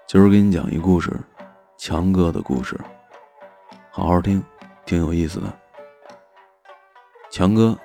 今儿给你讲一故事，强哥的故事，好好听，挺有意思的。强哥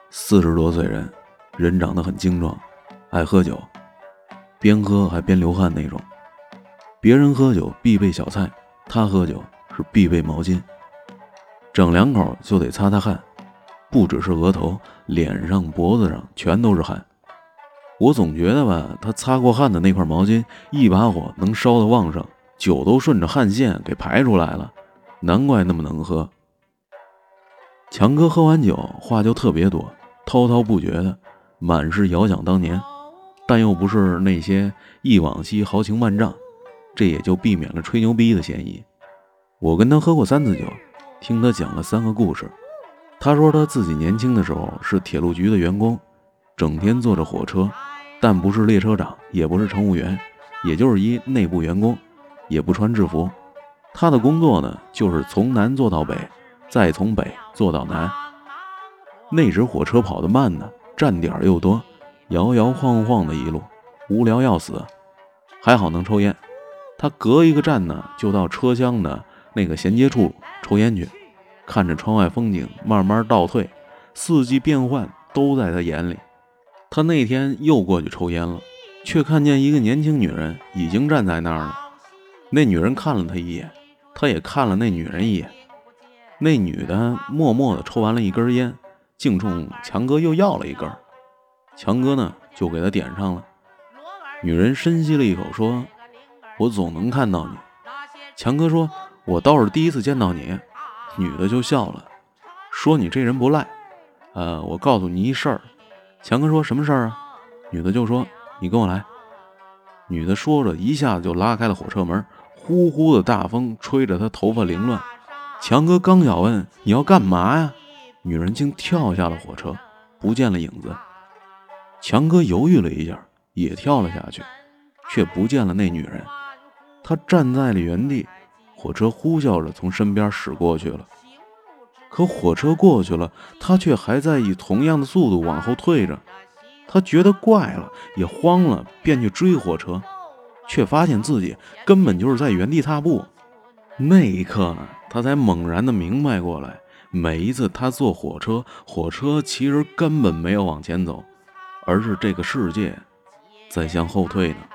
40多岁人，人长得很精壮，爱喝酒，边喝还边流汗那种。别人喝酒必备小菜，他喝酒是必备毛巾，整两口就得擦汗，不只是额头，脸上脖子上全都是汗。我总觉得吧，他擦过汗的那块毛巾一把火能烧得旺盛，酒都顺着汗腺给排出来了，难怪那么能喝。强哥喝完酒话就特别多，滔滔不绝的，满是遥想当年，但又不是那些忆往昔豪情万丈，这也就避免了吹牛逼的嫌疑。我跟他喝过3次酒，听他讲了3个故事。他说他自己年轻的时候是铁路局的员工，整天坐着火车，但不是列车长，也不是乘务员，也就是一内部员工，也不穿制服。他的工作呢，就是从南坐到北，再从北坐到南。那时火车跑得慢呢，站点又多，摇摇晃晃的一路，无聊要死。还好能抽烟，他隔一个站呢，就到车厢的那个衔接处抽烟去，看着窗外风景慢慢倒退，四季变换都在他眼里。他那天又过去抽烟了，却看见一个年轻女人已经站在那儿了。那女人看了他一眼，他也看了那女人一眼。那女的默默地抽完了一根烟，竟冲强哥又要了一根。强哥呢，就给他点上了。女人深吸了一口说：“我总能看到你。”强哥说：“我倒是第一次见到你。”女的就笑了，说：“你这人不赖。我告诉你一事儿。”强哥说：“什么事儿啊？”女的就说：“你跟我来。”女的说着，一下子就拉开了火车门，呼呼的大风吹着她头发凌乱。强哥刚要问你要干嘛呀，女人竟跳下了火车，不见了影子。强哥犹豫了一下，也跳了下去，却不见了那女人。他站在了原地，火车呼啸着从身边驶过去了。可火车过去了，他却还在以同样的速度往后退着。他觉得怪了，也慌了，便去追火车，却发现自己根本就是在原地踏步。那一刻呢，他才猛然地明白过来，每一次他坐火车，火车其实根本没有往前走，而是这个世界在向后退呢。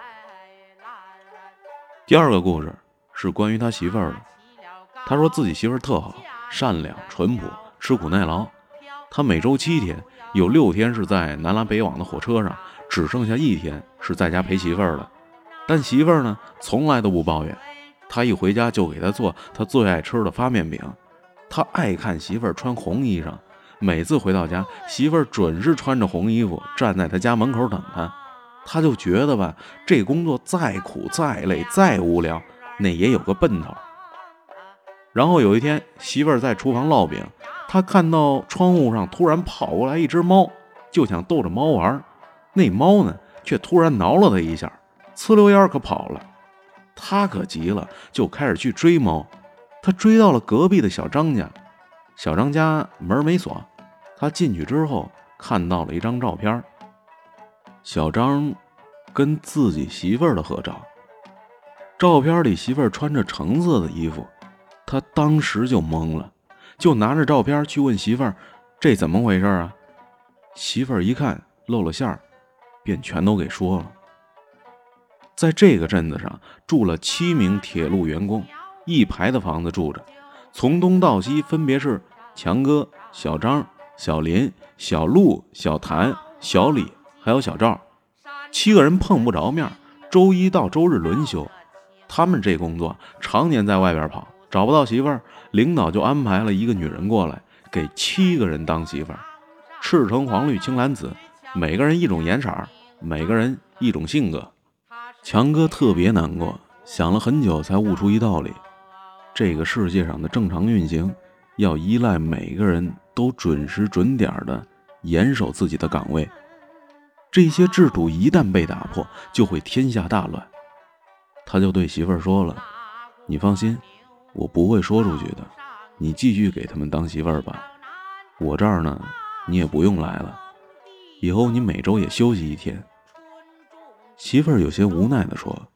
第二个故事是关于他媳妇儿的。他说自己媳妇儿特好，善良淳朴，吃苦耐劳。他每周7天，有6天是在南来北往的火车上，只剩下1天是在家陪媳妇儿的。但媳妇儿呢，从来都不抱怨。他一回家就给他做他最爱吃的发面饼。他爱看媳妇儿穿红衣裳，每次回到家，媳妇儿准是穿着红衣服站在他家门口等他。他就觉得吧，这工作再苦再累再无聊，那也有个奔头。然后有一天，媳妇儿在厨房烙饼，他看到窗户上突然跑过来一只猫，就想逗着猫玩。那猫呢，却突然挠了他一下，呲溜烟可跑了。他可急了，就开始去追猫。他追到了隔壁的小张家，小张家门没锁。他进去之后，看到了一张照片，小张跟自己媳妇儿的合照。照片里媳妇儿穿着橙色的衣服，他当时就懵了，就拿着照片去问媳妇儿：“这怎么回事啊？”媳妇儿一看露了馅儿，便全都给说了。在这个镇子上住了7名铁路员工，一排的房子住着，从东到西分别是强哥、小张、小林、小陆、小谭、小李还有小赵，7个人碰不着面，周一到周日轮休。他们这工作常年在外边跑，找不到媳妇儿，领导就安排了一个女人过来，给7个人当媳妇儿。赤橙黄绿青蓝紫，每个人一种颜色，每个人一种性格。强哥特别难过，想了很久才悟出一道理：这个世界上的正常运行，要依赖每个人都准时准点的严守自己的岗位。这些制度一旦被打破，就会天下大乱。他就对媳妇儿说了：“你放心，我不会说出去的，你继续给他们当媳妇儿吧。我这儿呢，你也不用来了，以后你每周也休息1天。”媳妇儿有些无奈地说：“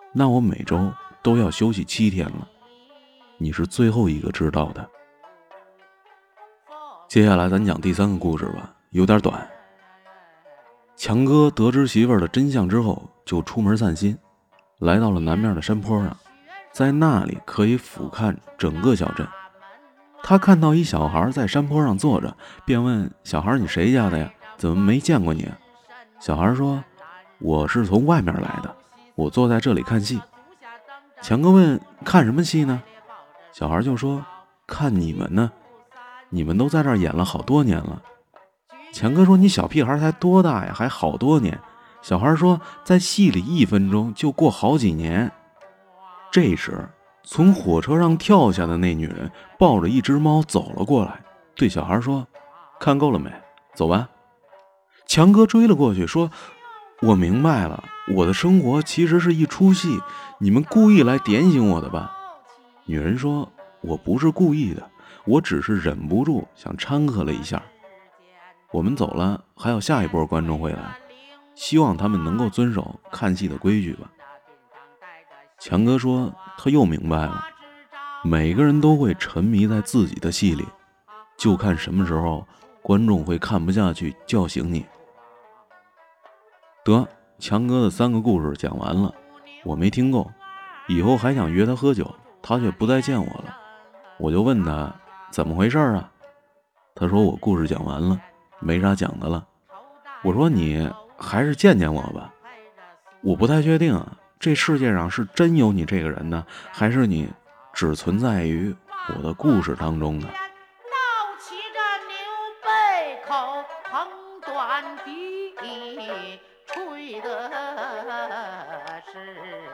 那我每周都要休息7天了。你是最后一个知道的。接下来咱讲第3个故事吧，有点短。强哥得知媳妇儿的真相之后，就出门散心，来到了南面的山坡上，在那里可以俯瞰整个小镇。他看到一小孩在山坡上坐着，便问小孩：“你谁家的呀？怎么没见过你啊？”小孩说：“我是从外面来的，我坐在这里看戏。”强哥问：“看什么戏呢？”小孩就说：“看你们呢，你们都在这儿演了好多年了。”强哥说：“你小屁孩才多大呀，还好多年？”小孩说：“在戏里1分钟就过好几年。”这时，从火车上跳下的那女人抱着一只猫走了过来，对小孩说：“看够了没？走吧。”强哥追了过去，说：“我明白了，我的生活其实是一出戏，你们故意来点醒我的吧？”女人说：“我不是故意的，我只是忍不住想掺和了一下。”我们走了，还有下一波观众会来，希望他们能够遵守看戏的规矩吧。强哥说他又明白了，每个人都会沉迷在自己的戏里，就看什么时候观众会看不下去叫醒你。得，强哥的3个故事讲完了，我没听够，以后还想约他喝酒，他却不再见我了。我就问他怎么回事啊？他说我故事讲完了，没啥讲的了。我说你还是见见我吧，我不太确定啊，这世界上是真有你这个人呢，还是你只存在于我的故事当中呢？ 闹起这牛背口，横断地，吹的是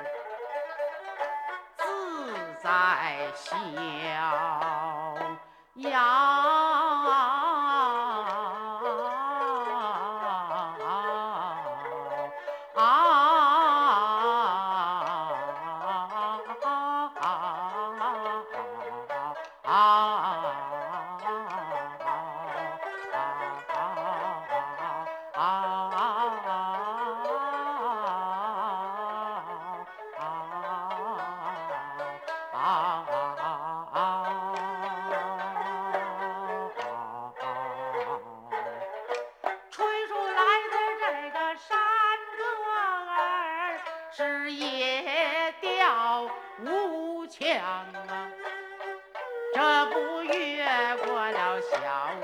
自在逍遥。吹出来的这个山歌儿是夜调无腔啊，这不越过了小